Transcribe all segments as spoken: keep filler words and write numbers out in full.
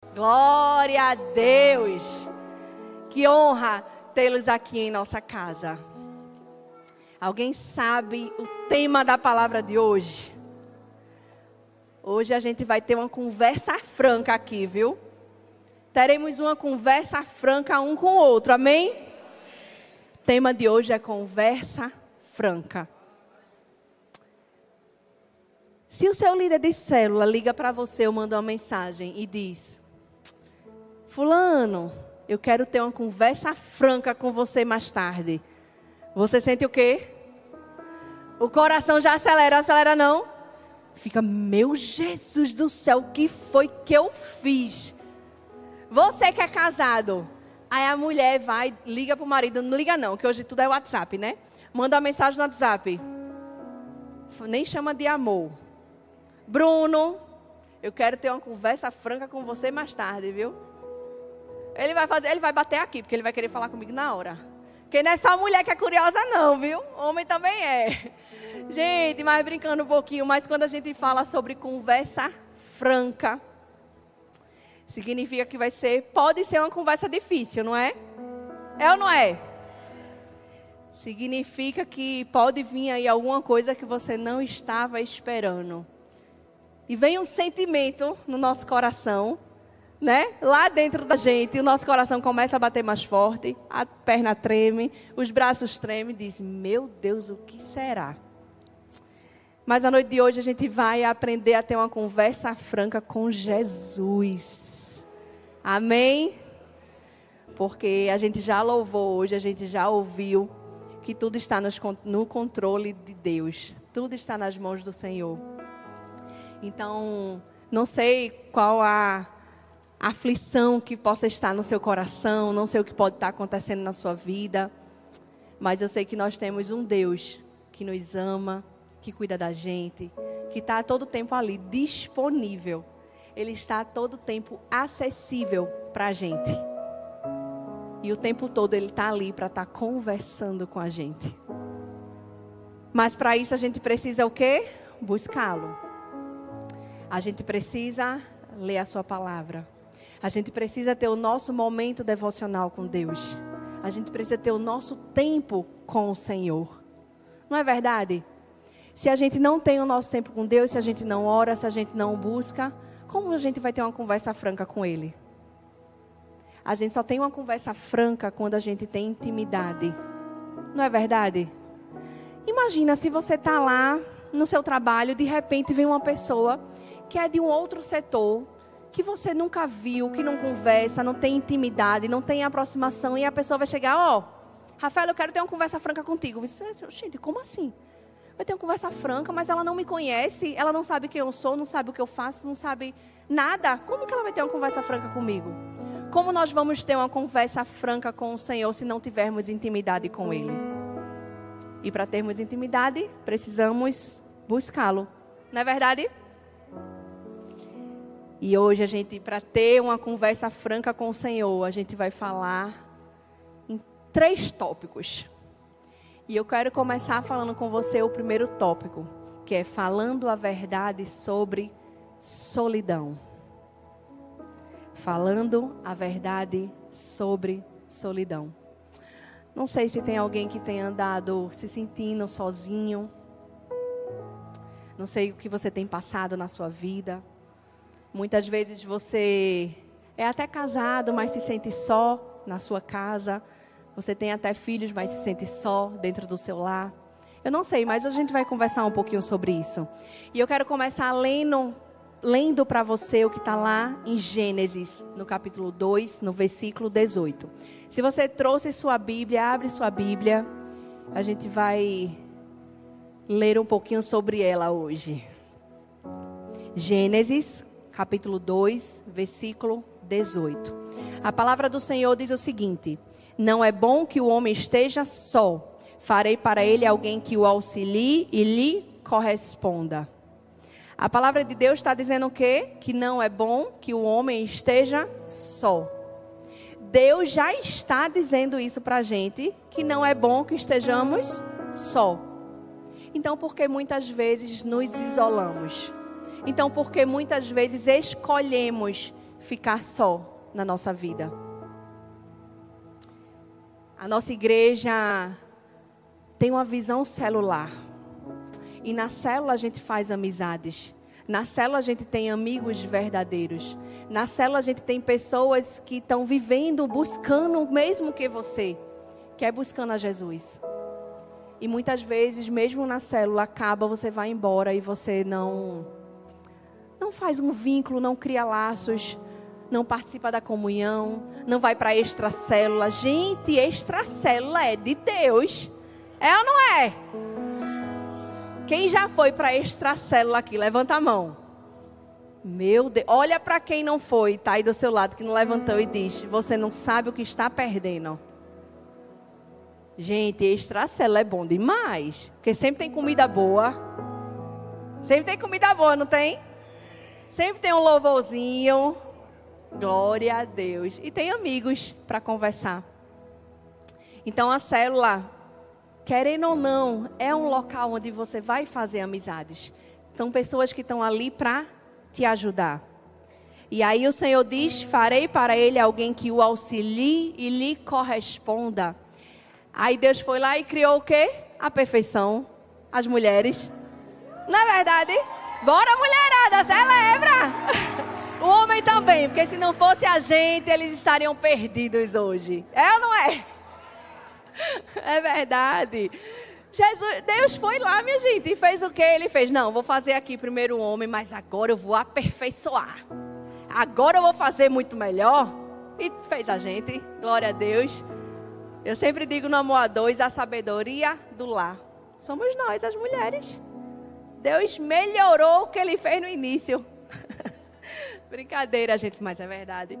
Glória a Deus. Que honra tê-los aqui em nossa casa. Alguém sabe o tema da palavra de hoje? Hoje a gente vai ter uma conversa franca aqui, viu? Teremos uma conversa franca um com o outro, amém? O tema de hoje é conversa franca. Se o seu líder de célula liga para você ou manda uma mensagem e diz: fulano, eu quero ter uma conversa franca com você mais tarde. Você sente o quê? O coração já acelera, acelera não? Fica, meu Jesus do céu, o que foi que eu fiz? Você que é casado, aí a mulher vai, liga pro marido, não liga não, que hoje tudo é WhatsApp, né? Manda uma mensagem no WhatsApp. Nem chama de amor. Bruno, eu quero ter uma conversa franca com você mais tarde, viu? Ele vai fazer, ele vai bater aqui, porque ele vai querer falar comigo na hora. Porque não é só mulher que é curiosa não, viu? Homem também é. Gente, mas brincando um pouquinho, mas quando a gente fala sobre conversa franca, significa que vai ser, pode ser uma conversa difícil, não é? É ou não é? Significa que pode vir aí alguma coisa que você não estava esperando. E vem um sentimento no nosso coração, né? Lá dentro da gente, o nosso coração começa a bater mais forte, a perna treme, os braços tremem, diz, meu Deus, o que será? Mas a noite de hoje a gente vai aprender a ter uma conversa franca com Jesus. Amém? Porque a gente já louvou hoje, a gente já ouviu que tudo está nos, no controle de Deus. Tudo está nas mãos do Senhor. Então, não sei qual a aflição que possa estar no seu coração, não sei o que pode estar acontecendo na sua vida, mas eu sei que nós temos um Deus que nos ama, que cuida da gente, que está a todo tempo ali, disponível. Ele está a todo tempo acessível para a gente. E o tempo todo Ele está ali para estar conversando com a gente. Mas para isso a gente precisa o quê? Buscá-lo. A gente precisa ler a sua palavra. A gente precisa ter o nosso momento devocional com Deus. A gente precisa ter o nosso tempo com o Senhor. Não é verdade? Se a gente não tem o nosso tempo com Deus, se a gente não ora, se a gente não busca, como a gente vai ter uma conversa franca com Ele? A gente só tem uma conversa franca quando a gente tem intimidade. Não é verdade? Imagina se você está lá no seu trabalho, de repente vem uma pessoa que é de um outro setor, que você nunca viu, que não conversa, não tem intimidade, não tem aproximação, e a pessoa vai chegar, ó, oh, Rafael, eu quero ter uma conversa franca contigo. Você vai dizer, gente, como assim? Vai ter uma conversa franca, mas ela não me conhece, ela não sabe quem eu sou, não sabe o que eu faço, não sabe nada. Como que ela vai ter uma conversa franca comigo? Como nós vamos ter uma conversa franca com o Senhor se não tivermos intimidade com Ele? E para termos intimidade, precisamos buscá-lo. Não é verdade? E hoje a gente, para ter uma conversa franca com o Senhor, a gente vai falar em três tópicos. E eu quero começar falando com você o primeiro tópico, que é falando a verdade sobre solidão. Falando a verdade sobre solidão. Não sei se tem alguém que tenha andado se sentindo sozinho. Não sei o que você tem passado na sua vida. Muitas vezes você é até casado, mas se sente só na sua casa. Você tem até filhos, mas se sente só dentro do seu lar. Eu não sei, mas a gente vai conversar um pouquinho sobre isso. E eu quero começar lendo, lendo para você o que está lá em Gênesis, no capítulo dois, no versículo dezoito. Se você trouxe sua Bíblia, abre sua Bíblia. A gente vai ler um pouquinho sobre ela hoje. Gênesis, capítulo dois, versículo dezoito. A palavra do Senhor diz o seguinte: não é bom que o homem esteja só. Farei para ele alguém que o auxilie e lhe corresponda. A palavra de Deus está dizendo o quê? Que não é bom que o homem esteja só. Deus já está dizendo isso para a gente, que não é bom que estejamos só. Então, por que muitas vezes nos isolamos? Então, por que muitas vezes escolhemos ficar só na nossa vida. A nossa igreja tem uma visão celular. E na célula a gente faz amizades. Na célula a gente tem amigos verdadeiros. Na célula a gente tem pessoas que estão vivendo, buscando o mesmo que você, que é buscando a Jesus. E muitas vezes, mesmo na célula, acaba, você vai embora e você não, não faz um vínculo, não cria laços, não participa da comunhão, não vai para a extracélula. Gente, extracélula é de Deus. É ou não é? Quem já foi para a extracélula aqui? Levanta a mão. Meu Deus, olha para quem não foi, tá aí do seu lado, que não levantou e diz: você não sabe o que está perdendo. Gente, extracélula é bom demais. Porque sempre tem comida boa. Sempre tem comida boa, não tem? Sempre tem um louvorzinho. Glória a Deus. E tem amigos para conversar. Então a célula, querendo ou não, é um local onde você vai fazer amizades. São pessoas que estão ali para te ajudar. E aí o Senhor diz: farei para ele alguém que o auxilie e lhe corresponda. Aí Deus foi lá e criou o quê? A perfeição. As mulheres. Não é verdade? Bora, mulherada, celebra! O homem também, porque se não fosse a gente, eles estariam perdidos hoje. É ou não é? É verdade. Jesus, Deus foi lá, minha gente, e fez o que ele fez? Não, vou fazer aqui primeiro o homem, mas agora eu vou aperfeiçoar. Agora eu vou fazer muito melhor. E fez a gente, glória a Deus. Eu sempre digo no Amor a Dois, a sabedoria do lar. Somos nós, as mulheres. Deus melhorou o que ele fez no início. Brincadeira, gente, mas é verdade.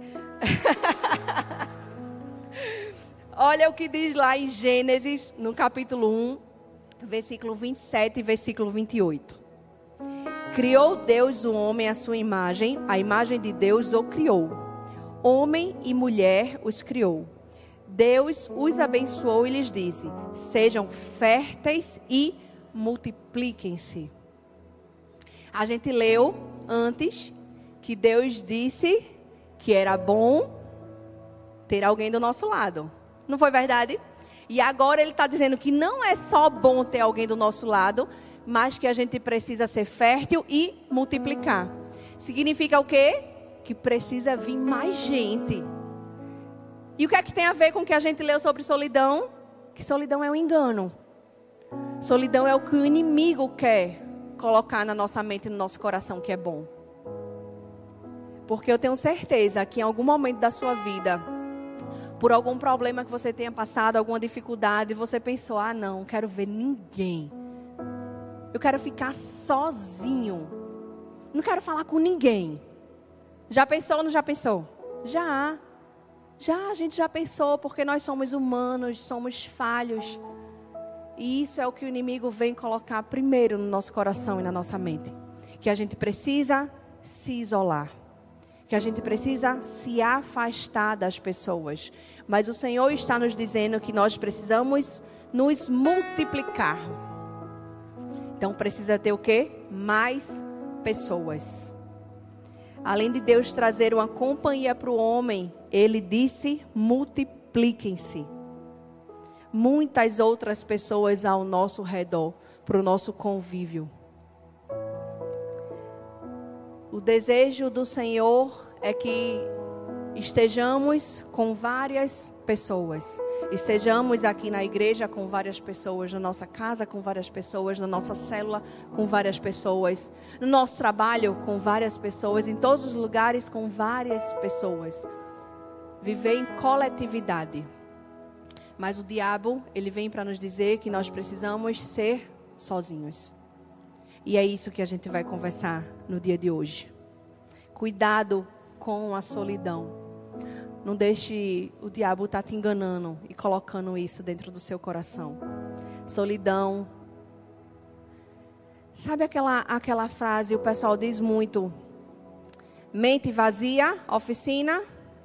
Olha o que diz lá em Gênesis, no capítulo um, versículo vinte e sete e versículo vinte e oito. Criou Deus o homem à sua imagem, a imagem de Deus o criou. Homem e mulher os criou. Deus os abençoou e lhes disse: sejam férteis e multipliquem-se. A gente leu antes que Deus disse que era bom ter alguém do nosso lado. Não foi verdade? E agora ele está dizendo que não é só bom ter alguém do nosso lado, mas que a gente precisa ser fértil e multiplicar. Significa o quê? Que precisa vir mais gente. E o que é que tem a ver com o que a gente leu sobre solidão? Que solidão é um engano. Solidão é o que o inimigo quer colocar na nossa mente e no nosso coração que é bom. Porque eu tenho certeza que em algum momento da sua vida, por algum problema que você tenha passado, alguma dificuldade, você pensou: ah, não, não quero ver ninguém. Eu quero ficar sozinho. Não quero falar com ninguém. Já pensou ou não já pensou? Já. Já, a gente já pensou, porque nós somos humanos, somos falhos. E isso é o que o inimigo vem colocar primeiro no nosso coração e na nossa mente. Que a gente precisa se isolar. Que a gente precisa se afastar das pessoas. Mas o Senhor está nos dizendo que nós precisamos nos multiplicar. Então precisa ter o quê? Mais pessoas. Além de Deus trazer uma companhia para o homem, Ele disse: multipliquem-se. Muitas outras pessoas ao nosso redor, para o nosso convívio. O desejo do Senhor é que estejamos com várias pessoas. Estejamos aqui na igreja com várias pessoas, na nossa casa com várias pessoas, na nossa célula com várias pessoas, no nosso trabalho com várias pessoas, em todos os lugares com várias pessoas. Viver em coletividade. Mas o diabo, ele vem para nos dizer que nós precisamos ser sozinhos. E é isso que a gente vai conversar no dia de hoje. Cuidado com a solidão. Não deixe o diabo estar te enganando e colocando isso dentro do seu coração. Solidão. Sabe aquela, aquela frase, o pessoal diz muito: mente vazia, oficina.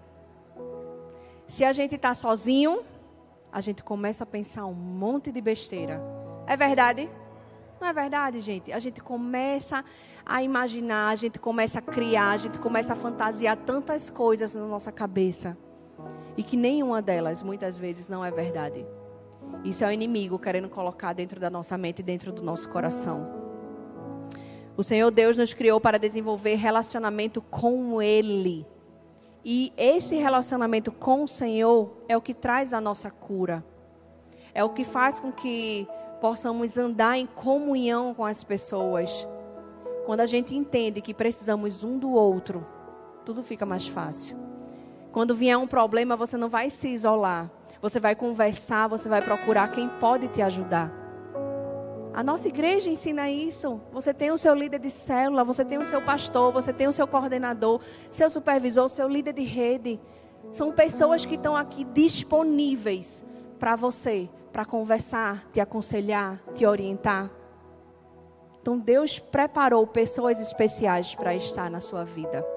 Se a gente está sozinho, a gente começa a pensar um monte de besteira. É verdade? Não é verdade, gente? A gente começa a imaginar, a gente começa a criar, a gente começa a fantasiar tantas coisas na nossa cabeça. E que nenhuma delas, muitas vezes, não é verdade. Isso é o inimigo querendo colocar dentro da nossa mente e dentro do nosso coração. O Senhor Deus nos criou para desenvolver relacionamento com Ele. E esse relacionamento com o Senhor é o que traz a nossa cura. É o que faz com que possamos andar em comunhão com as pessoas. Quando a gente entende que precisamos um do outro, tudo fica mais fácil. Quando vier um problema, você não vai se isolar. Você vai conversar, você vai procurar quem pode te ajudar. A nossa igreja ensina isso. Você tem o seu líder de célula, você tem o seu pastor, você tem o seu coordenador, seu supervisor, seu líder de rede. São pessoas que estão aqui disponíveis para você, para conversar, te aconselhar, te orientar. Então Deus preparou pessoas especiais para estar na sua vida.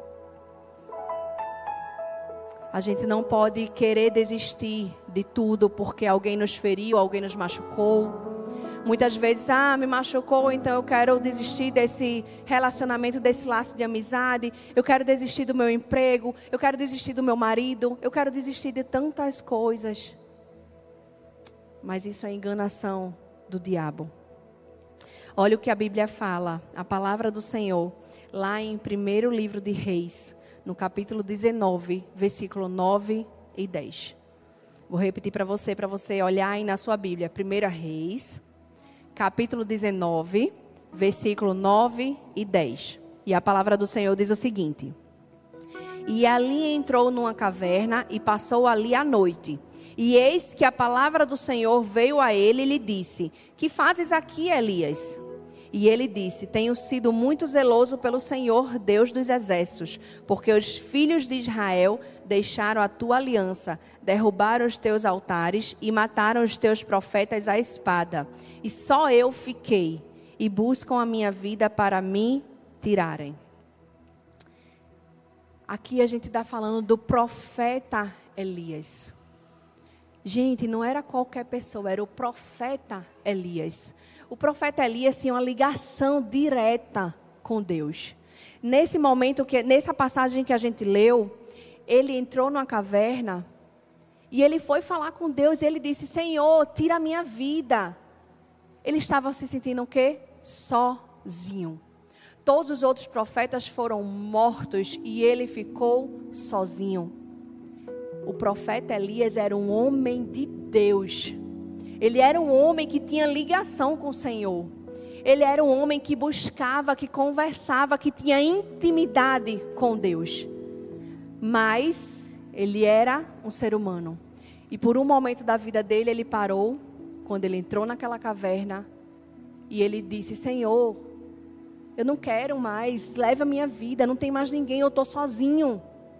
A gente não pode querer desistir de tudo porque alguém nos feriu, alguém nos machucou. Muitas vezes, ah, me machucou, então eu quero desistir desse relacionamento, desse laço de amizade. Eu quero desistir do meu emprego, eu quero desistir do meu marido, eu quero desistir de tantas coisas. Mas isso é enganação do diabo. Olha o que a Bíblia fala, a palavra do Senhor, lá em primeiro livro de Reis, no capítulo dezenove, versículo nove e dez. Vou repetir para você, para você olhar aí na sua Bíblia. primeiro Reis, capítulo dezenove, versículo nove e dez. E a palavra do Senhor diz o seguinte: E ali entrou numa caverna e passou ali a noite. E eis que a palavra do Senhor veio a ele e lhe disse: Que fazes aqui, Elias? E ele disse: Tenho sido muito zeloso pelo Senhor, Deus dos exércitos, porque os filhos de Israel deixaram a tua aliança, derrubaram os teus altares e mataram os teus profetas à espada. E só eu fiquei, e buscam a minha vida para me tirarem. Aqui a gente está falando do profeta Elias. Gente, não era qualquer pessoa, era o profeta Elias. O profeta Elias tinha uma ligação direta com Deus. Nesse momento, que, nessa passagem que a gente leu, ele entrou numa caverna e ele foi falar com Deus e ele disse: Senhor, tira a minha vida. Ele estava se sentindo o quê? Sozinho. Todos os outros profetas foram mortos e ele ficou sozinho. O profeta Elias era um homem de Deus. Ele era um homem que tinha ligação com o Senhor. Ele era um homem que buscava, que conversava, que tinha intimidade com Deus. Mas ele era um ser humano. E por um momento da vida dele, ele parou, quando ele entrou naquela caverna, e ele disse: Senhor, eu não quero mais, leva a minha vida, não tem mais ninguém, eu estou sozinho.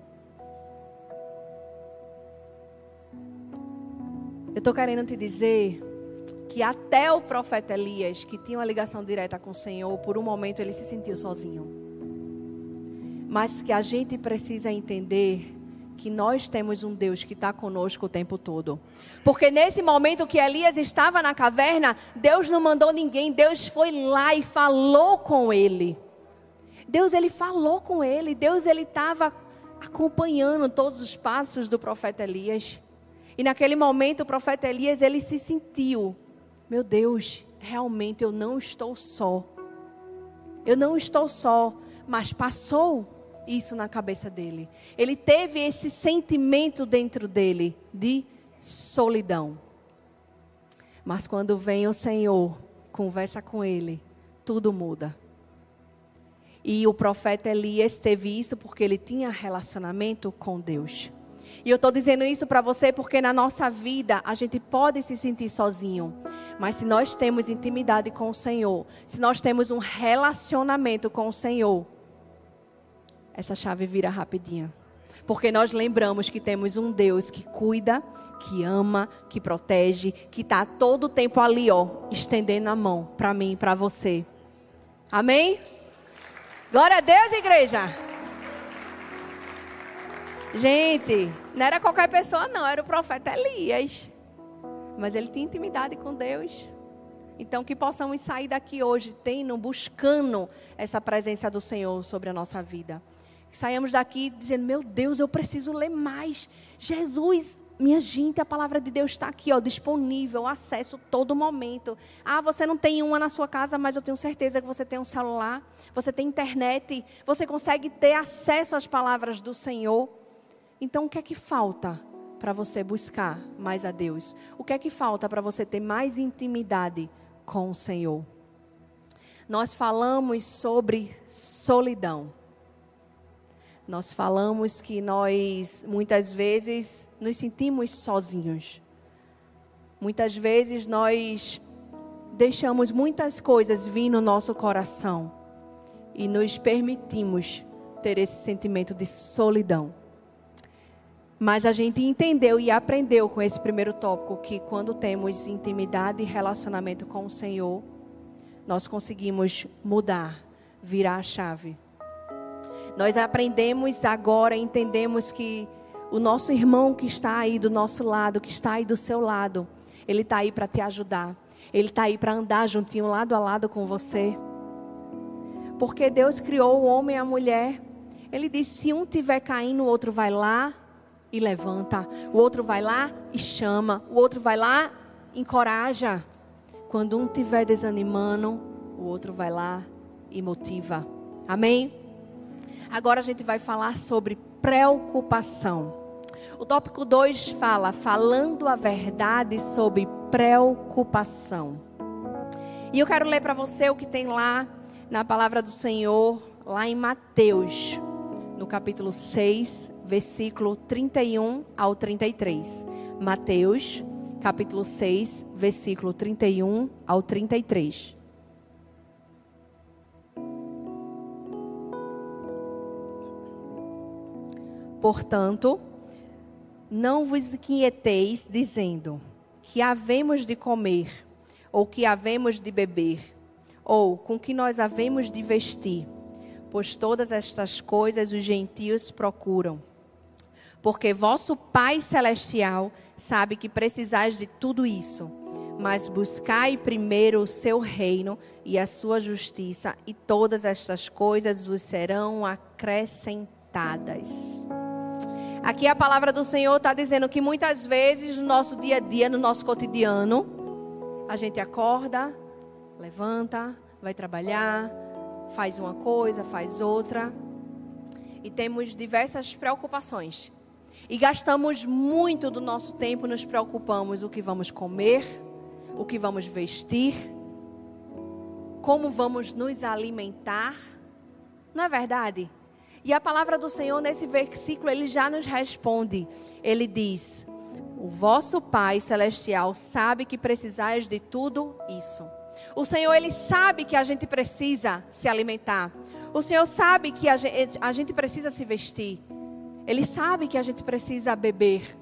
Eu estou querendo te dizer que até o profeta Elias, que tinha uma ligação direta com o Senhor, por um momento ele se sentiu sozinho. Mas que a gente precisa entender que nós temos um Deus que está conosco o tempo todo. Porque nesse momento que Elias estava na caverna, Deus não mandou ninguém, Deus foi lá e falou com ele. Deus, ele falou com ele, Deus, ele estava acompanhando todos os passos do profeta Elias. E naquele momento o profeta Elias, ele se sentiu: meu Deus, realmente eu não estou só. Eu não estou só, mas passou isso na cabeça dele. Ele teve esse sentimento dentro dele de solidão. Mas quando vem o Senhor, conversa com ele, tudo muda. E o profeta Elias teve isso porque ele tinha relacionamento com Deus. E eu estou dizendo isso para você porque na nossa vida a gente pode se sentir sozinho. Mas se nós temos intimidade com o Senhor, se nós temos um relacionamento com o Senhor, essa chave vira rapidinho. Porque nós lembramos que temos um Deus que cuida, que ama, que protege, que está todo o tempo ali, ó, estendendo a mão para mim e para você. Amém? Glória a Deus, igreja! Gente, não era qualquer pessoa não, era o profeta Elias. Mas ele tinha intimidade com Deus. Então, que possamos sair daqui hoje tendo, buscando essa presença do Senhor sobre a nossa vida. Que saiamos daqui dizendo, meu Deus, eu preciso ler mais. Jesus, minha gente, a palavra de Deus está aqui, ó, disponível, acesso todo momento. Ah, você não tem uma na sua casa, mas eu tenho certeza que você tem um celular, você tem internet, você consegue ter acesso às palavras do Senhor. Então, o que é que falta para você buscar mais a Deus? O que é que falta para você ter mais intimidade com o Senhor? Nós falamos sobre solidão. Nós falamos que nós, muitas vezes, nos sentimos sozinhos. Muitas vezes, nós deixamos muitas coisas vir no nosso coração e nos permitimos ter esse sentimento de solidão. Mas a gente entendeu e aprendeu com esse primeiro tópico que quando temos intimidade e relacionamento com o Senhor, nós conseguimos mudar, virar a chave. Nós aprendemos agora, entendemos que o nosso irmão que está aí do nosso lado, que está aí do seu lado, ele está aí para te ajudar. Ele está aí para andar juntinho, lado a lado com você. Porque Deus criou o homem e a mulher. Ele disse, se um estiver caindo, o outro vai lá e levanta. O outro vai lá e chama. O outro vai lá e encoraja. Quando um estiver desanimando, o outro vai lá e motiva. Amém? Agora a gente vai falar sobre preocupação. O tópico dois fala, falando a verdade sobre preocupação. E eu quero ler para você o que tem lá na palavra do Senhor, lá em Mateus, no capítulo seis, versículo trinta e um ao trinta e três. Mateus, capítulo seis, versículo trinta e um ao trinta e três. Portanto, não vos inquieteis dizendo, que havemos de comer, ou que havemos de beber, ou com que nós havemos de vestir, pois todas estas coisas os gentios procuram. Porque vosso Pai Celestial sabe que precisais de tudo isso, mas buscai primeiro o seu reino e a sua justiça, e todas estas coisas vos serão acrescentadas. Aqui a palavra do Senhor está dizendo que muitas vezes no nosso dia a dia, no nosso cotidiano, a gente acorda, levanta, vai trabalhar, faz uma coisa, faz outra. E temos diversas preocupações. E gastamos muito do nosso tempo, nos preocupamos o que vamos comer, o que vamos vestir, como vamos nos alimentar. Não é verdade? E a palavra do Senhor, nesse versículo, ele já nos responde. Ele diz, o vosso Pai Celestial sabe que precisais de tudo isso. O Senhor, ele sabe que a gente precisa se alimentar. O Senhor sabe que a gente, a gente precisa se vestir. Ele sabe que a gente precisa beber.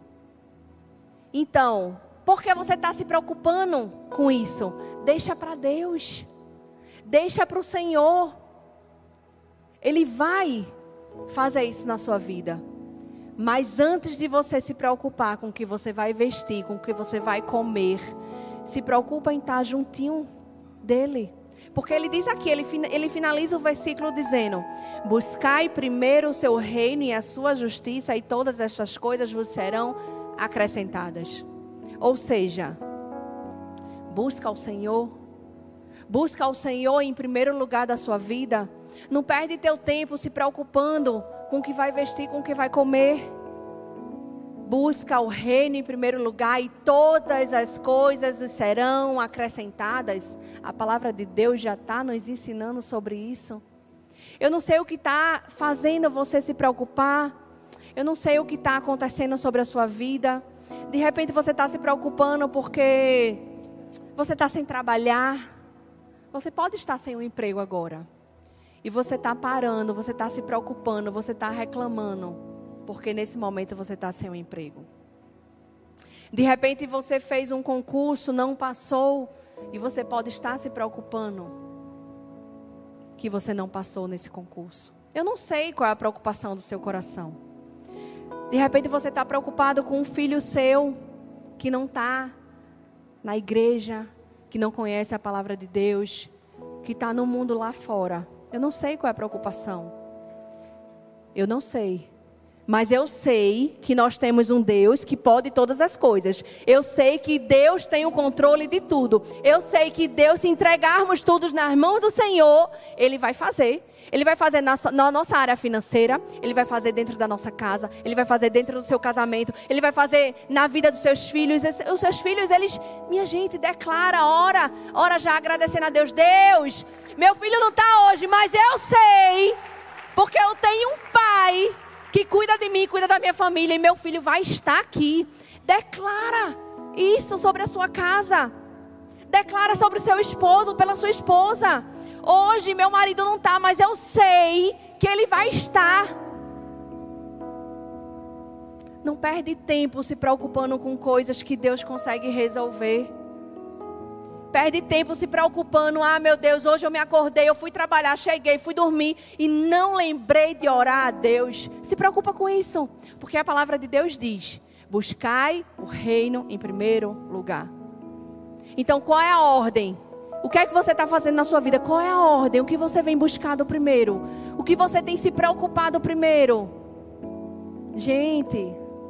Então, por que você está se preocupando com isso? Deixa para Deus. Deixa para o Senhor. Ele vai fazer isso na sua vida. Mas antes de você se preocupar com o que você vai vestir, com o que você vai comer, se preocupa em estar juntinho dele. Porque ele diz aqui, ele, ele finaliza o versículo dizendo, buscai primeiro o seu reino e a sua justiça, e todas estas coisas vos serão acrescentadas. Ou seja, busca o Senhor. Busca o Senhor em primeiro lugar da sua vida. Não perde teu tempo se preocupando com o que vai vestir, com o que vai comer. Busca o reino em primeiro lugar e todas as coisas serão acrescentadas. A palavra de Deus já está nos ensinando sobre isso. Eu não sei o que está fazendo você se preocupar. Eu não sei o que está acontecendo sobre a sua vida. De repente você está se preocupando porque você está sem trabalhar. Você pode estar sem um emprego agora. E você está parando, você está se preocupando, você está reclamando. Porque nesse momento você está sem um emprego. De repente você fez um concurso, não passou. E você pode estar se preocupando que você não passou nesse concurso. Eu não sei qual é a preocupação do seu coração. De repente você está preocupado com um filho seu que não está na igreja, que não conhece a palavra de Deus, que está no mundo lá fora. Eu não sei qual é a preocupação. Eu não sei. Mas eu sei que nós temos um Deus que pode todas as coisas. Eu sei que Deus tem o controle de tudo. Eu sei que Deus, se entregarmos tudo nas mãos do Senhor, Ele vai fazer. Ele vai fazer na, na nossa área financeira. Ele vai fazer dentro da nossa casa. Ele vai fazer dentro do seu casamento. Ele vai fazer na vida dos seus filhos. Os seus filhos, eles... Minha gente, declara, ora. Ora já agradecendo a Deus. Deus, meu filho não está hoje, mas eu sei. Porque eu tenho um pai que cuida de mim, cuida da minha família, e meu filho vai estar aqui. Declara isso sobre a sua casa. Declara sobre o seu esposo, pela sua esposa. Hoje meu marido não está, mas eu sei que ele vai estar. Não perde tempo se preocupando com coisas que Deus consegue resolver. Perde tempo se preocupando. Ah, meu Deus, hoje eu me acordei, eu fui trabalhar, cheguei, fui dormir e não lembrei de orar a Deus. Se preocupa com isso. Porque a palavra de Deus diz: buscai o reino em primeiro lugar. Então, qual é a ordem? O que é que você está fazendo na sua vida? Qual é a ordem? O que você vem buscado primeiro? O que você tem se preocupado primeiro? Gente,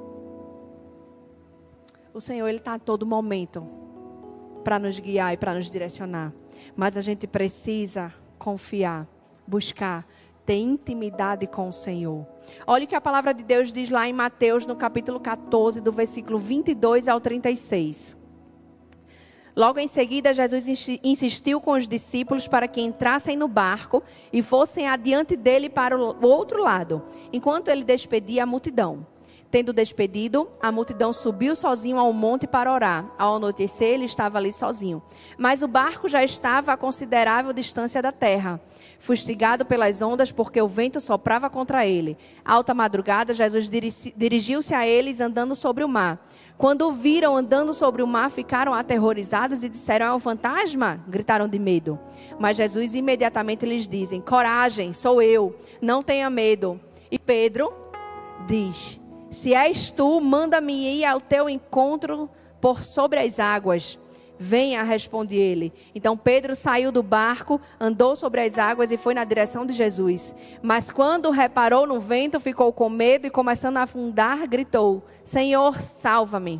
o Senhor, Ele está a todo momento para nos guiar e para nos direcionar. Mas a gente precisa confiar, buscar, ter intimidade com o Senhor. Olha o que a palavra de Deus diz lá em Mateus, no capítulo catorze, do versículo vinte e dois ao trinta e seis. Logo em seguida, Jesus insistiu com os discípulos para que entrassem no barco e fossem adiante dele para o outro lado, enquanto ele despedia a multidão. Tendo despedido, a multidão subiu sozinho ao monte para orar. Ao anoitecer, ele estava ali sozinho. Mas o barco já estava a considerável distância da terra, fustigado pelas ondas, porque o vento soprava contra ele. À alta madrugada, Jesus dirigiu-se a eles andando sobre o mar. Quando o viram andando sobre o mar, ficaram aterrorizados e disseram: é um fantasma? Gritaram de medo. Mas Jesus imediatamente lhes disse: coragem, sou eu, não tenha medo. E Pedro diz: se és tu, manda-me ir ao teu encontro por sobre as águas. Venha, responde ele. Então Pedro saiu do barco, andou sobre as águas e foi na direção de Jesus. Mas quando reparou no vento, ficou com medo e, começando a afundar, gritou: Senhor, salva-me.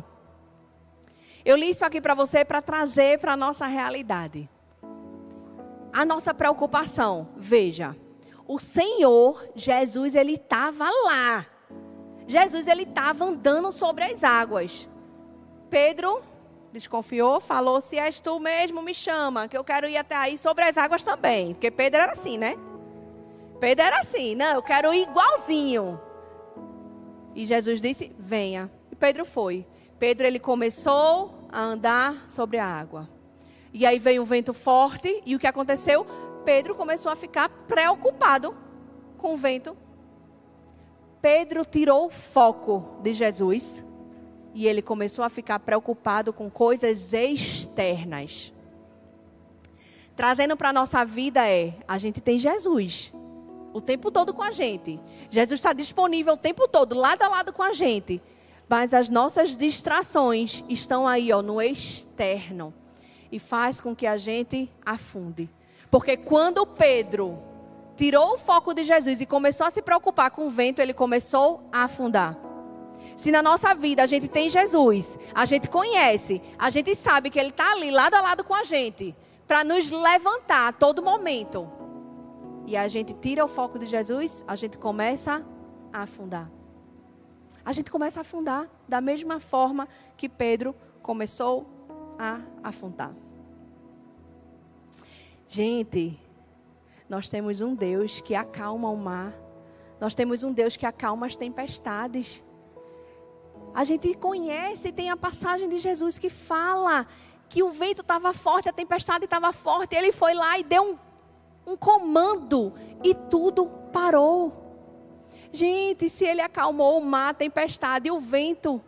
Eu li isso aqui para você para trazer para a nossa realidade. A nossa preocupação. Veja, o Senhor, Jesus, ele estava lá. Jesus, ele estava andando sobre as águas. Pedro desconfiou, falou: se és tu mesmo, me chama, que eu quero ir até aí sobre as águas também. Porque Pedro era assim, né? Pedro era assim: não, eu quero ir igualzinho. E Jesus disse: venha. E Pedro foi. Pedro, ele começou a andar sobre a água. E aí veio um vento forte. E o que aconteceu? Pedro começou a ficar preocupado com o vento. Pedro tirou o foco de Jesus e ele começou a ficar preocupado com coisas externas. Trazendo para a nossa vida é, a gente tem Jesus o tempo todo com a gente. Jesus está disponível o tempo todo, lado a lado com a gente. Mas as nossas distrações estão aí, ó, no externo. E faz com que a gente afunde. Porque quando Pedro tirou o foco de Jesus e começou a se preocupar com o vento, ele começou a afundar. Se na nossa vida a gente tem Jesus, a gente conhece, a gente sabe que Ele está ali, lado a lado com a gente, para nos levantar a todo momento. E a gente tira o foco de Jesus, a gente começa a afundar. A gente começa a afundar da mesma forma que Pedro começou a afundar. Gente, nós temos um Deus que acalma o mar. Nós temos um Deus que acalma as tempestades. A gente conhece, tem a passagem de Jesus que fala que o vento estava forte, a tempestade estava forte. Ele foi lá e deu um, um comando e tudo parou. Gente, se Ele acalmou o mar, a tempestade e o vento,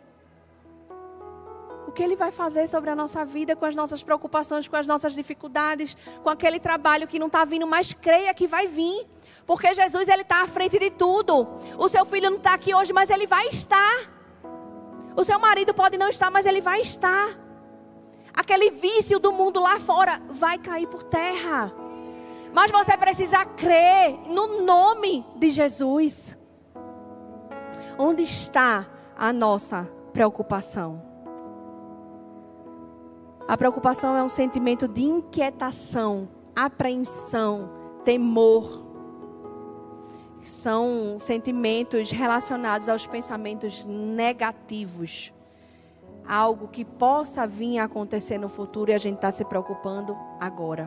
o que Ele vai fazer sobre a nossa vida, com as nossas preocupações, com as nossas dificuldades, com aquele trabalho que não está vindo, mas creia que vai vir. Porque Jesus, Ele está à frente de tudo. O seu filho não está aqui hoje, mas ele vai estar. O seu marido pode não estar, mas ele vai estar. Aquele vício do mundo lá fora vai cair por terra. Mas você precisa crer no nome de Jesus. Onde está a nossa preocupação? A preocupação é um sentimento de inquietação, apreensão, temor. São sentimentos relacionados aos pensamentos negativos. Algo que possa vir a acontecer no futuro e a gente está se preocupando agora.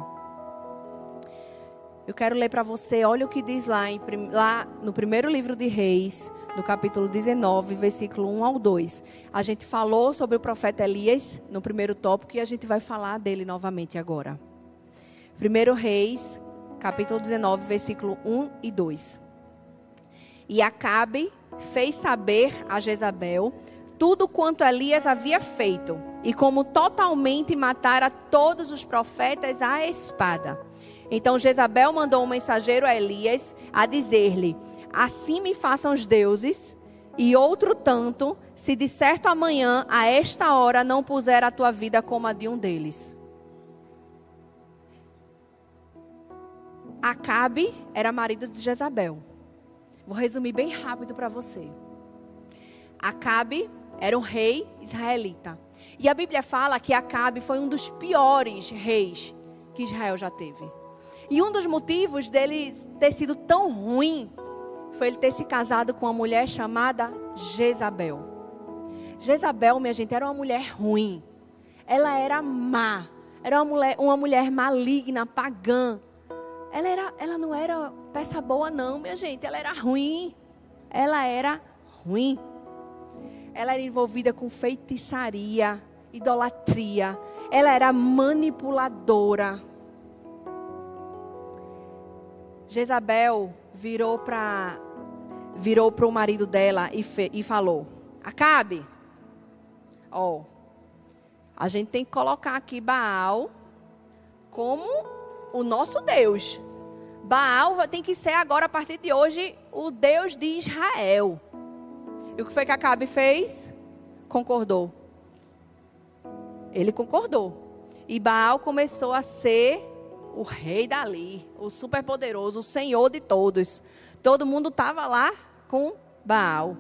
Eu quero ler para você, olha o que diz lá, em, lá no primeiro livro de Reis, no capítulo dezenove, versículo um ao dois. A gente falou sobre o profeta Elias no primeiro tópico e a gente vai falar dele novamente agora. primeiro Reis, capítulo dezenove, versículo um e dois. E Acabe fez saber a Jezabel tudo quanto Elias havia feito, e como totalmente matara todos os profetas à espada. Então Jezabel mandou um mensageiro a Elias a dizer-lhe: assim me façam os deuses, e outro tanto, se de certo amanhã, a esta hora, não puser a tua vida como a de um deles. Acabe era marido de Jezabel. Vou resumir bem rápido para você. Acabe era um rei israelita. E a Bíblia fala que Acabe foi um dos piores reis que Israel já teve. E um dos motivos dele ter sido tão ruim foi ele ter se casado com uma mulher chamada Jezabel. Jezabel, minha gente, era uma mulher ruim. Ela era má. Era uma mulher, uma mulher maligna, pagã. Ela, era, ela não era peça boa não, minha gente. Ela era ruim. Ela era ruim. Ela era envolvida com feitiçaria, idolatria. Ela era manipuladora. Jezabel virou para virou para o marido dela e, fe, e falou: Acabe, ó, a gente tem que colocar aqui Baal como o nosso Deus. Baal tem que ser agora, a partir de hoje, o Deus de Israel. E o que foi que Acabe fez? Concordou. Ele concordou. E Baal começou a ser o rei dali, o superpoderoso, o senhor de todos. Todo mundo estava lá com Baal.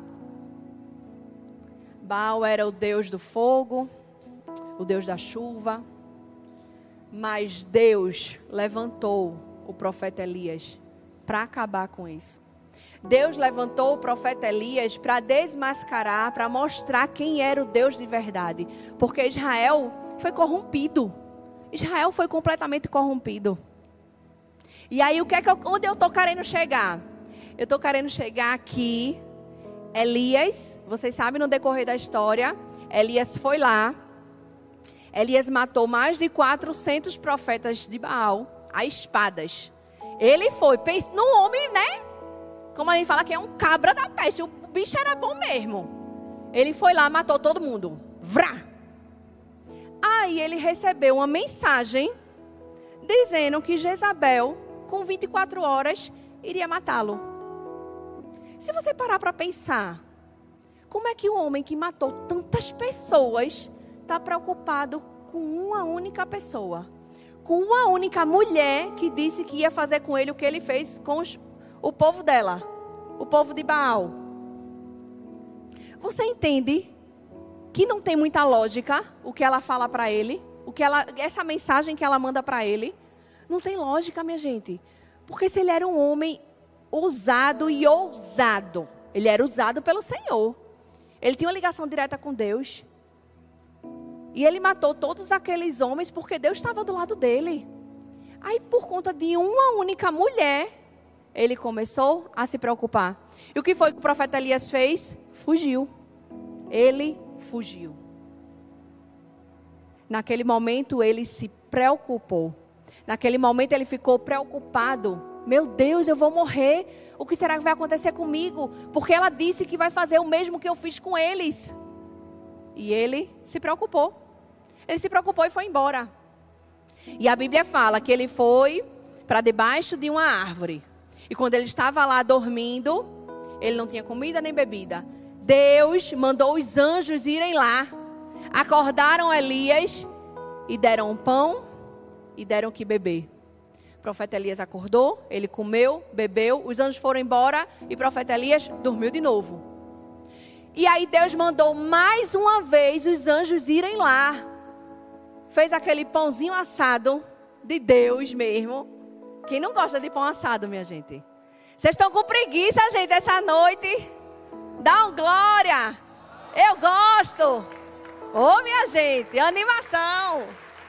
Baal era o Deus do fogo, o Deus da chuva. Mas Deus levantou o profeta Elias para acabar com isso. Deus levantou o profeta Elias para desmascarar, para mostrar quem era o Deus de verdade. Porque Israel foi corrompido. Israel foi completamente corrompido. E aí, o que é que eu, onde eu estou querendo chegar? Eu estou querendo chegar aqui. Elias, vocês sabem, no decorrer da história, Elias foi lá. Elias matou mais de quatrocentos profetas de Baal a espadas. Ele foi, pensa num homem, né? Como a gente fala que é um cabra da peste. O bicho era bom mesmo. Ele foi lá, matou todo mundo. Vrá! Aí ele recebeu uma mensagem dizendo que Jezabel, com vinte e quatro horas, iria matá-lo. Se você parar para pensar, como é que um homem que matou tantas pessoas está preocupado com uma única pessoa? Com uma única mulher que disse que ia fazer com ele o que ele fez com os, o povo dela, o povo de Baal. Você entende que não tem muita lógica o que ela fala para ele, o que ela, essa mensagem que ela manda para ele? Não tem lógica, minha gente. Porque se ele era um homem ousado e ousado, ele era usado pelo Senhor. Ele tinha uma ligação direta com Deus. E ele matou todos aqueles homens porque Deus estava do lado dele. Aí, por conta de uma única mulher, ele começou a se preocupar. E o que foi que o profeta Elias fez? Fugiu. Ele fugiu. Naquele momento, ele se preocupou. Naquele momento, ele ficou preocupado. Meu Deus, eu vou morrer. O que será que vai acontecer comigo? Porque ela disse que vai fazer o mesmo que eu fiz com eles. E ele se preocupou. Ele se preocupou e foi embora. E a Bíblia fala que ele foi para debaixo de uma árvore. E quando ele estava lá dormindo, ele não tinha comida nem bebida. Deus mandou os anjos irem lá. Acordaram Elias e deram um pão e deram o que beber. O profeta Elias acordou, ele comeu, bebeu, os anjos foram embora e o profeta Elias dormiu de novo. E aí Deus mandou mais uma vez os anjos irem lá. Fez aquele pãozinho assado de Deus mesmo. Quem não gosta de pão assado, minha gente? Vocês estão com preguiça, gente, essa noite? Dá um glória. Eu gosto. Ô, oh, minha gente, animação.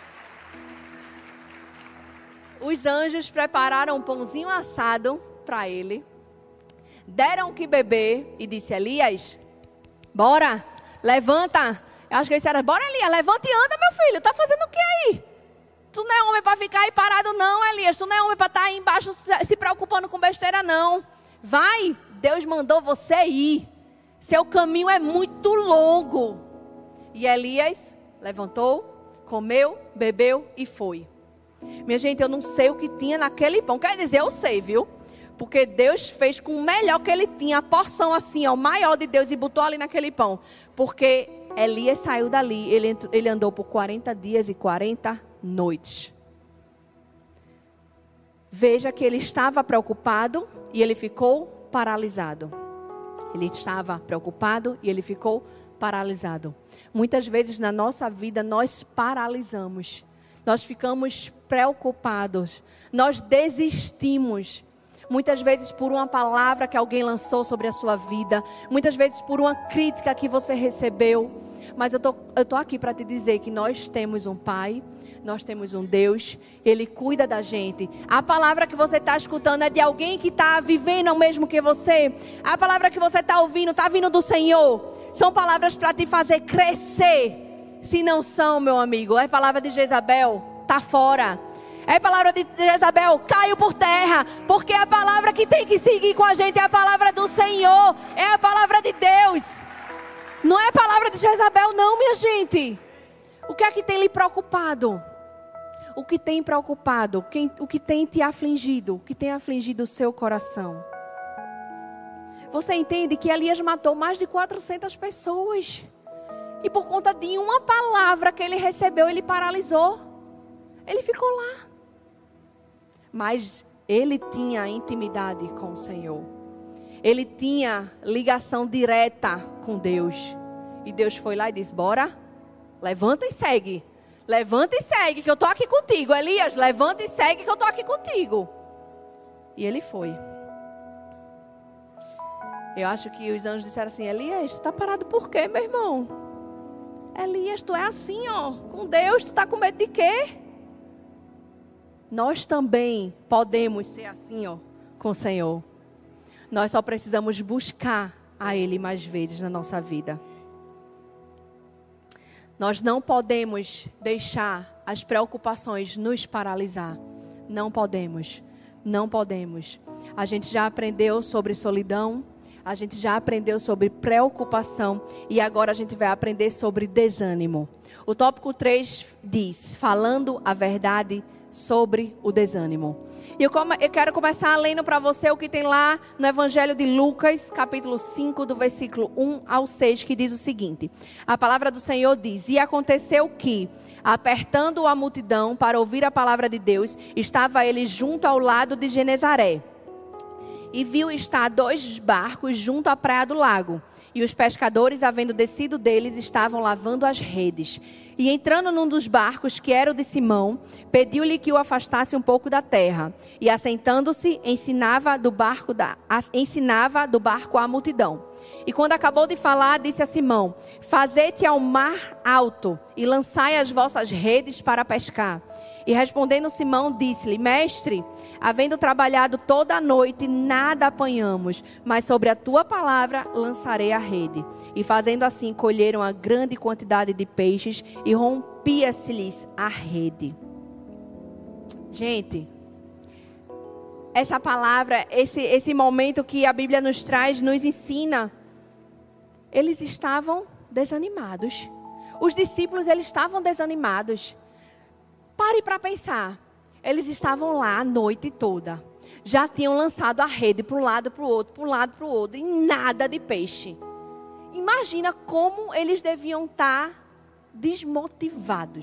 Os anjos prepararam um pãozinho assado para ele. Deram o que beber e disse, Elias, bora, levanta. Eu acho que eles disseram, bora Elias, levanta e anda, meu filho. Tá fazendo o que aí? Tu não é homem para ficar aí parado não, Elias. Tu não é homem para estar aí embaixo se preocupando com besteira não. Vai, Deus mandou você ir. Seu caminho é muito longo. E Elias levantou, comeu, bebeu e foi. Minha gente, eu não sei o que tinha naquele pão. Quer dizer, eu sei, viu? Porque Deus fez com o melhor que ele tinha. A porção assim, ó, o maior de Deus. E botou ali naquele pão. Porque Elias saiu dali. Ele, ele andou por quarenta dias e quarenta noites. Veja que ele estava preocupado e ele ficou paralisado. Ele estava preocupado e ele ficou paralisado. Muitas vezes na nossa vida nós paralisamos. Nós ficamos preocupados. Nós desistimos. Muitas vezes por uma palavra que alguém lançou sobre a sua vida. Muitas vezes por uma crítica que você recebeu. Mas eu tô, eu tô aqui para te dizer que nós temos um Pai. Nós temos um Deus. Ele cuida da gente. A palavra que você está escutando é de alguém que está vivendo o mesmo que você. A palavra que você está ouvindo está vindo do Senhor. São palavras para te fazer crescer. Se não são, meu amigo, é palavra de Jezabel, tá fora. É palavra de Jezabel, caiu por terra. Porque a palavra que tem que seguir com a gente é a palavra do Senhor. É a palavra de Deus. Não é a palavra de Jezabel não, minha gente. O que é que tem lhe preocupado? O que tem preocupado? Quem, o que tem te afligido? O que tem afligido o seu coração? Você entende que Elias matou mais de quatrocentas pessoas. E por conta de uma palavra que ele recebeu, ele paralisou. Ele ficou lá. Mas ele tinha intimidade com o Senhor. Ele tinha ligação direta com Deus. E Deus foi lá e disse, bora, levanta e segue. Levanta e segue que eu estou aqui contigo. Elias, levanta e segue que eu estou aqui contigo. E ele foi. Eu acho que os anjos disseram assim, Elias, tu está parado por quê, meu irmão? Elias, tu é assim, ó, com Deus, tu está com medo de quê? Nós também podemos ser assim, ó, com o Senhor. Nós só precisamos buscar a Ele mais vezes na nossa vida. Nós não podemos deixar as preocupações nos paralisar. Não podemos, não podemos. A gente já aprendeu sobre solidão. A gente já aprendeu sobre preocupação e agora a gente vai aprender sobre desânimo. O tópico três diz, falando a verdade sobre o desânimo. E eu, come, eu quero começar lendo para você o que tem lá no Evangelho de Lucas, capítulo cinco, do versículo um ao seis, que diz o seguinte. A palavra do Senhor diz, e aconteceu que, apertando a multidão para ouvir a palavra de Deus, estava ele junto ao lado de Genezaré. E viu estar dois barcos junto à praia do lago. E os pescadores, havendo descido deles, estavam lavando as redes. E entrando num dos barcos, que era o de Simão, pediu-lhe que o afastasse um pouco da terra. E assentando-se, ensinava do barco, da, ensinava do barco à multidão. E quando acabou de falar, disse a Simão, fazete ao mar alto e lançai as vossas redes para pescar. E respondendo Simão, disse-lhe, mestre, havendo trabalhado toda a noite, nada apanhamos, mas sobre a tua palavra lançarei a rede. E fazendo assim, colheram a grande quantidade de peixes e rompia-se-lhes a rede. Gente, essa palavra, esse, esse momento que a Bíblia nos traz, nos ensina. Eles estavam desanimados. Os discípulos, eles estavam desanimados. Pare para pensar. Eles estavam lá a noite toda. Já tinham lançado a rede para um lado, para o outro, para um lado, para o outro. E nada de peixe. Imagina como eles deviam estar desmotivados.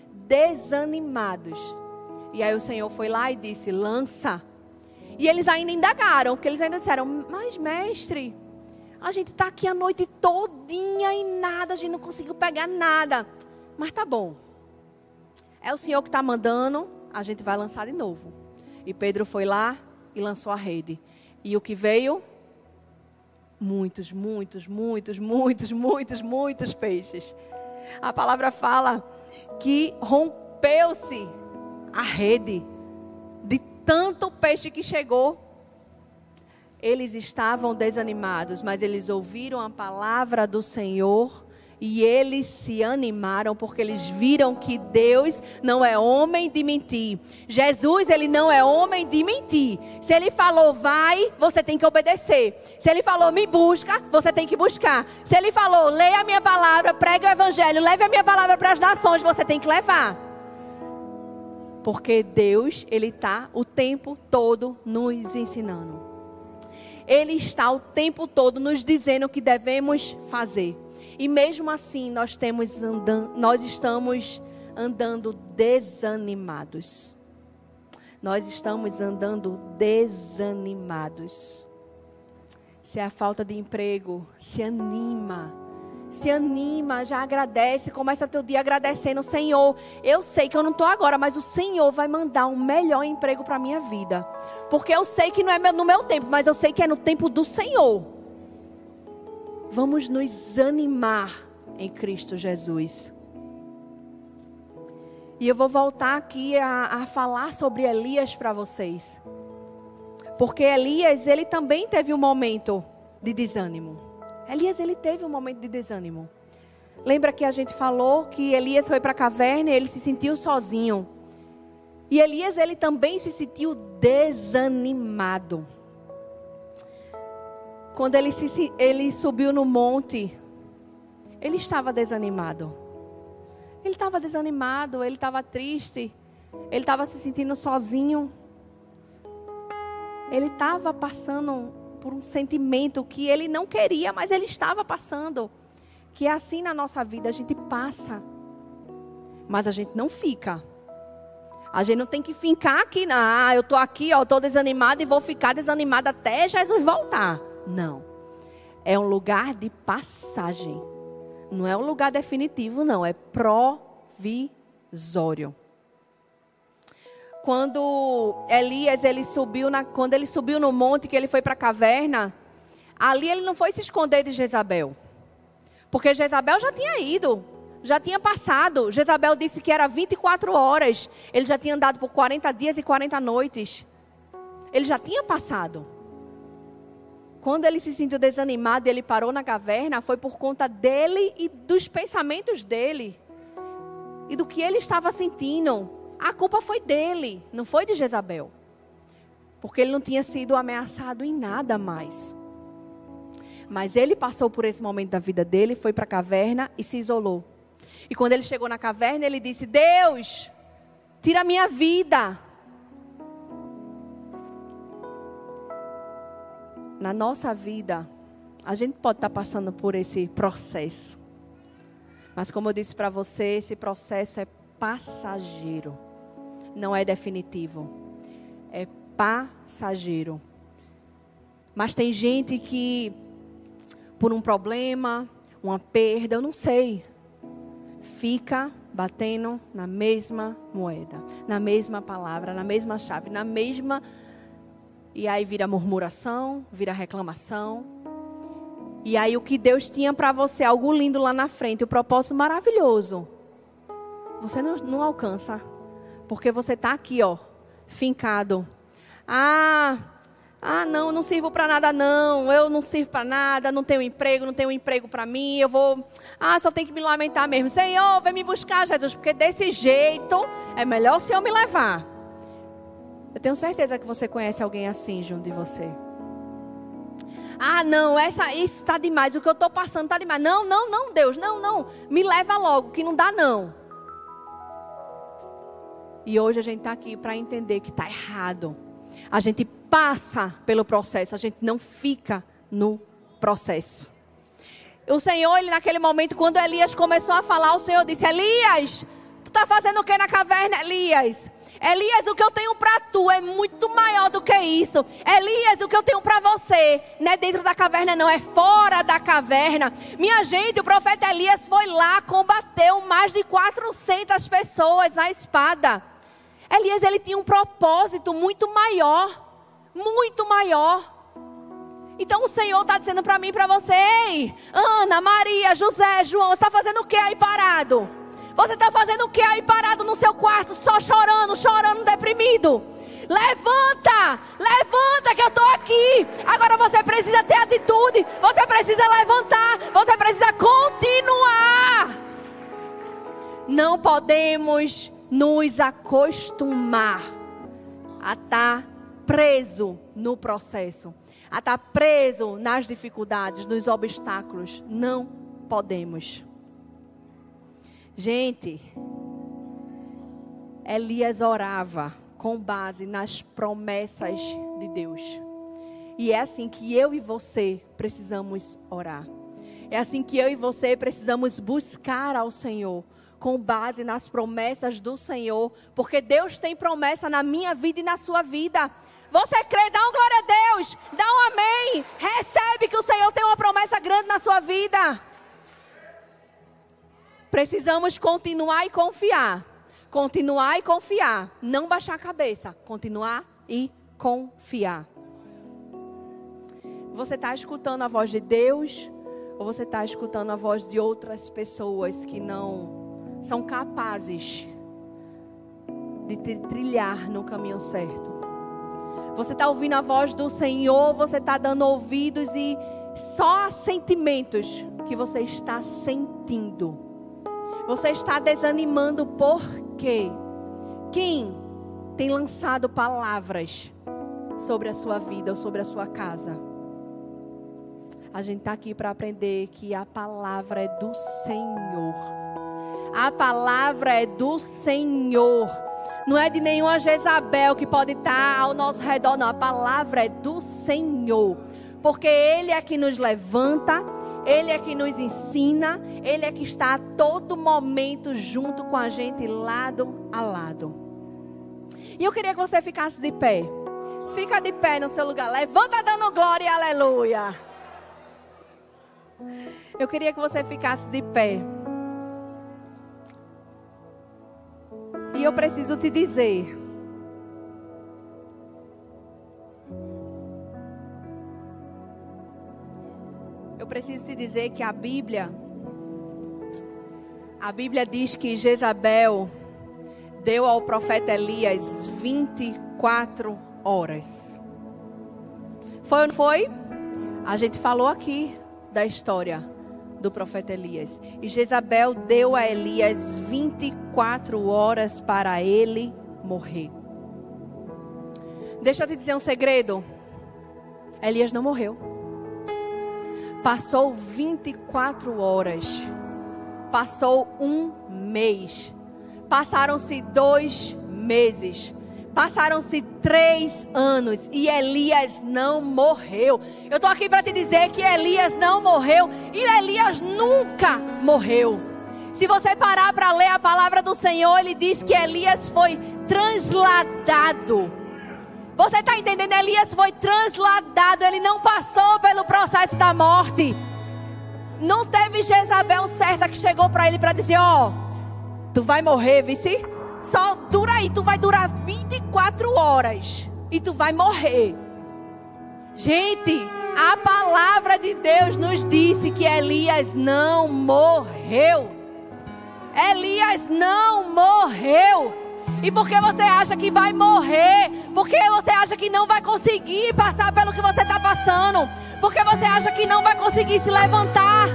desanimados. E aí o Senhor foi lá e disse, lança. E eles ainda indagaram, porque eles ainda disseram, mas mestre, a gente está aqui a noite todinha e nada, a gente não conseguiu pegar nada. Mas tá bom. É o Senhor que está mandando, a gente vai lançar de novo. E Pedro foi lá e lançou a rede. E o que veio? Muitos, muitos, muitos, muitos, muitos, muitos peixes. A palavra fala que rompeu-se a rede de tanto peixe que chegou. Eles estavam desanimados, mas eles ouviram a palavra do Senhor e eles se animaram porque eles viram que Deus não é homem de mentir. Jesus, ele não é homem de mentir. Se ele falou vai, você tem que obedecer. Se ele falou me busca, você tem que buscar. Se ele falou leia a minha palavra, pregue o evangelho, leve a minha palavra para as nações, você tem que levar. Porque Deus, ele está o tempo todo nos ensinando. Ele está o tempo todo nos dizendo o que devemos fazer. E mesmo assim, nós, temos andando, nós estamos andando desanimados. Nós estamos andando desanimados. Se é a falta de emprego, se anima. Se anima, já agradece, começa teu dia agradecendo. Senhor, eu sei que eu não estou agora, mas o Senhor vai mandar um melhor emprego para a minha vida. Porque eu sei que não é no meu tempo, mas eu sei que é no tempo do Senhor. Vamos nos animar em Cristo Jesus. E eu vou voltar aqui a, a falar sobre Elias para vocês. Porque Elias, ele também teve um momento de desânimo. Elias, ele teve um momento de desânimo. Lembra que a gente falou que Elias foi para a caverna e ele se sentiu sozinho. E Elias, ele também se sentiu desanimado. Quando ele, se, ele subiu no monte, ele estava desanimado. Ele estava desanimado, ele estava triste. Ele estava se sentindo sozinho. Ele estava passando por um sentimento que ele não queria, mas ele estava passando. Que é assim na nossa vida, a gente passa, mas a gente não fica. A gente não tem que ficar aqui, ah, eu estou aqui, ó, estou desanimado e vou ficar desanimado até Jesus voltar. Não. É um lugar de passagem. Não é um lugar definitivo, não. É provisório. Quando Elias, ele subiu na, quando ele subiu no monte, que ele foi para a caverna, ali ele não foi se esconder de Jezabel. Porque Jezabel já tinha ido, já tinha passado. Jezabel disse que era vinte e quatro horas. Ele já tinha andado por quarenta dias e quarenta noites. Ele já tinha passado. Quando ele se sentiu desanimado e ele parou na caverna, foi por conta dele e dos pensamentos dele. E do que ele estava sentindo. A culpa foi dele, não foi de Jezabel. Porque ele não tinha sido ameaçado em nada mais. Mas ele passou por esse momento da vida dele, foi para a caverna e se isolou. E quando ele chegou na caverna, ele disse, Deus, tira a minha vida. Na nossa vida, a gente pode estar passando por esse processo. Mas como eu disse para você, esse processo é passageiro. Não é definitivo. É passageiro. Mas tem gente que, por um problema, uma perda, eu não sei, fica batendo na mesma moeda, na mesma palavra, na mesma chave, na mesma... E aí vira murmuração, vira reclamação. E aí o que Deus tinha para você, algo lindo lá na frente, o propósito maravilhoso, você não, não alcança. Porque você está aqui, ó, fincado. Ah, ah, não, não sirvo para nada não. Eu não sirvo para nada, não tenho emprego, não tenho emprego para mim. Eu vou, ah, só tenho que me lamentar mesmo. Senhor, vem me buscar, Jesus, porque desse jeito é melhor o Senhor me levar. Eu tenho certeza que você conhece alguém assim junto de você. Ah, não, essa, isso está demais, o que eu estou passando está demais. Não, não, não, Deus, não, não. Me leva logo, que não dá não. E hoje a gente está aqui para entender que está errado. A gente passa pelo processo, a gente não fica no processo. O Senhor, ele naquele momento, quando Elias começou a falar, o Senhor disse, Elias, tu está fazendo o que na caverna, Elias? Elias, o que eu tenho para tu é muito maior do que isso. Elias, o que eu tenho para você não é dentro da caverna, não, é fora da caverna. Minha gente, o profeta Elias foi lá, combateu mais de quatrocentas pessoas na espada. Elias, ele tinha um propósito muito maior, muito maior. Então o Senhor está dizendo para mim e para você: ei, Ana, Maria, José, João, você está fazendo o que aí parado? Você está fazendo o que aí parado no seu quarto, só chorando, chorando, deprimido? Levanta, levanta que eu estou aqui. Agora você precisa ter atitude, você precisa levantar, você precisa continuar. Não podemos nos acostumar a estar preso no processo, a estar preso nas dificuldades, nos obstáculos. Não podemos. Gente, Elias orava com base nas promessas de Deus. E é assim que eu e você precisamos orar. É assim que eu e você precisamos buscar ao Senhor, com base nas promessas do Senhor. Porque Deus tem promessa na minha vida e na sua vida. Você crê? Dá um glória a Deus. Dá um amém. Recebe que o Senhor tem uma promessa grande na sua vida. Precisamos continuar e confiar. Continuar e confiar. Não baixar a cabeça. Continuar e confiar. Você está escutando a voz de Deus? Ou você está escutando a voz de outras pessoas que não são capazes de te trilhar no caminho certo? Você está ouvindo a voz do Senhor? Você está dando ouvidos e só sentimentos que você está sentindo? Você está desanimando por quê? Quem tem lançado palavras sobre a sua vida ou sobre a sua casa? A gente está aqui para aprender que a palavra é do Senhor. A palavra é do Senhor. Não é de nenhuma Jezabel que pode estar ao nosso redor, não. A palavra é do Senhor. Porque Ele é que nos levanta, Ele é que nos ensina, Ele é que está a todo momento junto com a gente, lado a lado. E eu queria que você ficasse de pé. Fica de pé no seu lugar. Levanta dando glória e aleluia. Eu queria que você ficasse de pé. E eu preciso te dizer. Eu preciso te dizer que a Bíblia, a Bíblia diz que Jezabel deu ao profeta Elias vinte e quatro horas. Foi ou não foi? A gente falou aqui da história do profeta Elias. E Jezabel deu a Elias vinte e quatro horas para ele morrer. Deixa eu te dizer um segredo. Elias não morreu. Passou vinte e quatro horas. Passou um mês. Passaram-se dois meses. Passaram-se três anos e Elias não morreu. Eu estou aqui para te dizer que Elias não morreu e Elias nunca morreu. Se você parar para ler a palavra do Senhor, ele diz que Elias foi transladado. Você está entendendo? Elias foi transladado. Ele não passou pelo processo da morte. Não teve Jezabel certa que chegou para ele para dizer: ó, oh, tu vai morrer, vice? Só dura aí, tu vai durar vinte e quatro horas e tu vai morrer. Gente, a palavra de Deus nos disse que Elias não morreu. Elias não morreu. E por que você acha que vai morrer? Por que você acha que não vai conseguir passar pelo que você está passando? Por que você acha que não vai conseguir se levantar?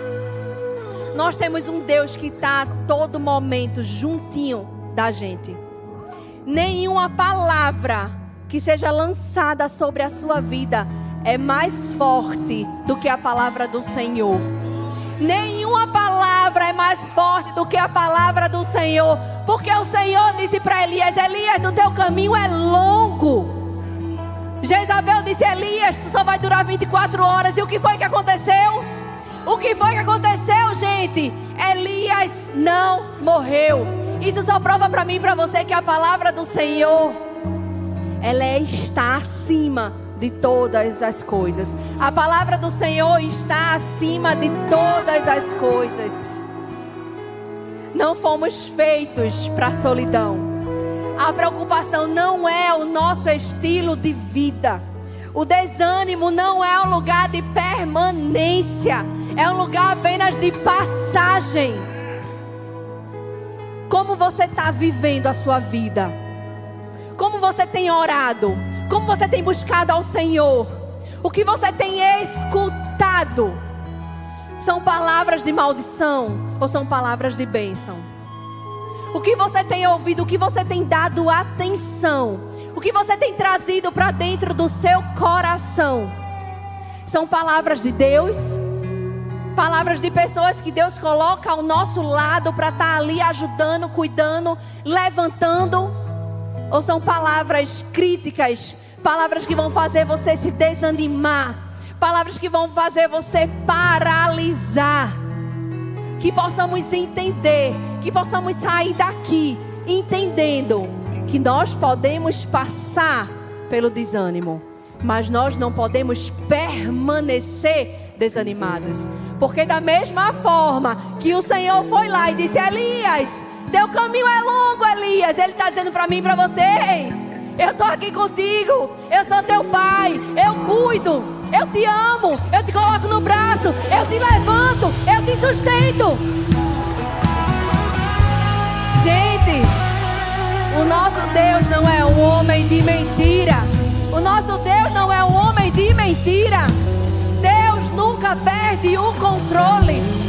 Nós temos um Deus que está a todo momento juntinho da gente. Nenhuma palavra que seja lançada sobre a sua vida é mais forte do que a palavra do Senhor. Nenhuma palavra é mais forte do que a palavra do Senhor. Porque o Senhor disse para Elias: Elias, o teu caminho é longo. Jezabel disse: Elias, tu só vai durar vinte e quatro horas. E o que foi que aconteceu? O que foi que aconteceu, gente? Elias não morreu. Isso só prova para mim e para você que a palavra do Senhor, ela está acima de todas as coisas. A palavra do Senhor está acima de todas as coisas. Não fomos feitos para a solidão. A preocupação não é o nosso estilo de vida. O desânimo não é um lugar de permanência. É um lugar apenas de passagem. Como você está vivendo a sua vida? Como você tem orado? Como você tem buscado ao Senhor? O que você tem escutado? São palavras de maldição ou são palavras de bênção? O que você tem ouvido? O que você tem dado atenção? O que você tem trazido para dentro do seu coração? São palavras de Deus? Palavras de pessoas que Deus coloca ao nosso lado para estar ali ajudando, cuidando, levantando? Ou são palavras críticas? Palavras que vão fazer você se desanimar? Palavras que vão fazer você paralisar? Que possamos entender, que possamos sair daqui entendendo que nós podemos passar pelo desânimo, mas nós não podemos permanecer desanimados. Porque da mesma forma que o Senhor foi lá e disse: Elias, teu caminho é longo, Elias. Ele está dizendo para mim e para você: ei, eu estou aqui contigo, eu sou teu pai, eu cuido, eu te amo, eu te coloco no braço, eu te levanto, eu te sustento. Gente, o nosso Deus não é um homem de mentira. O nosso Deus não é um homem de mentira. Deus nunca perde o controle.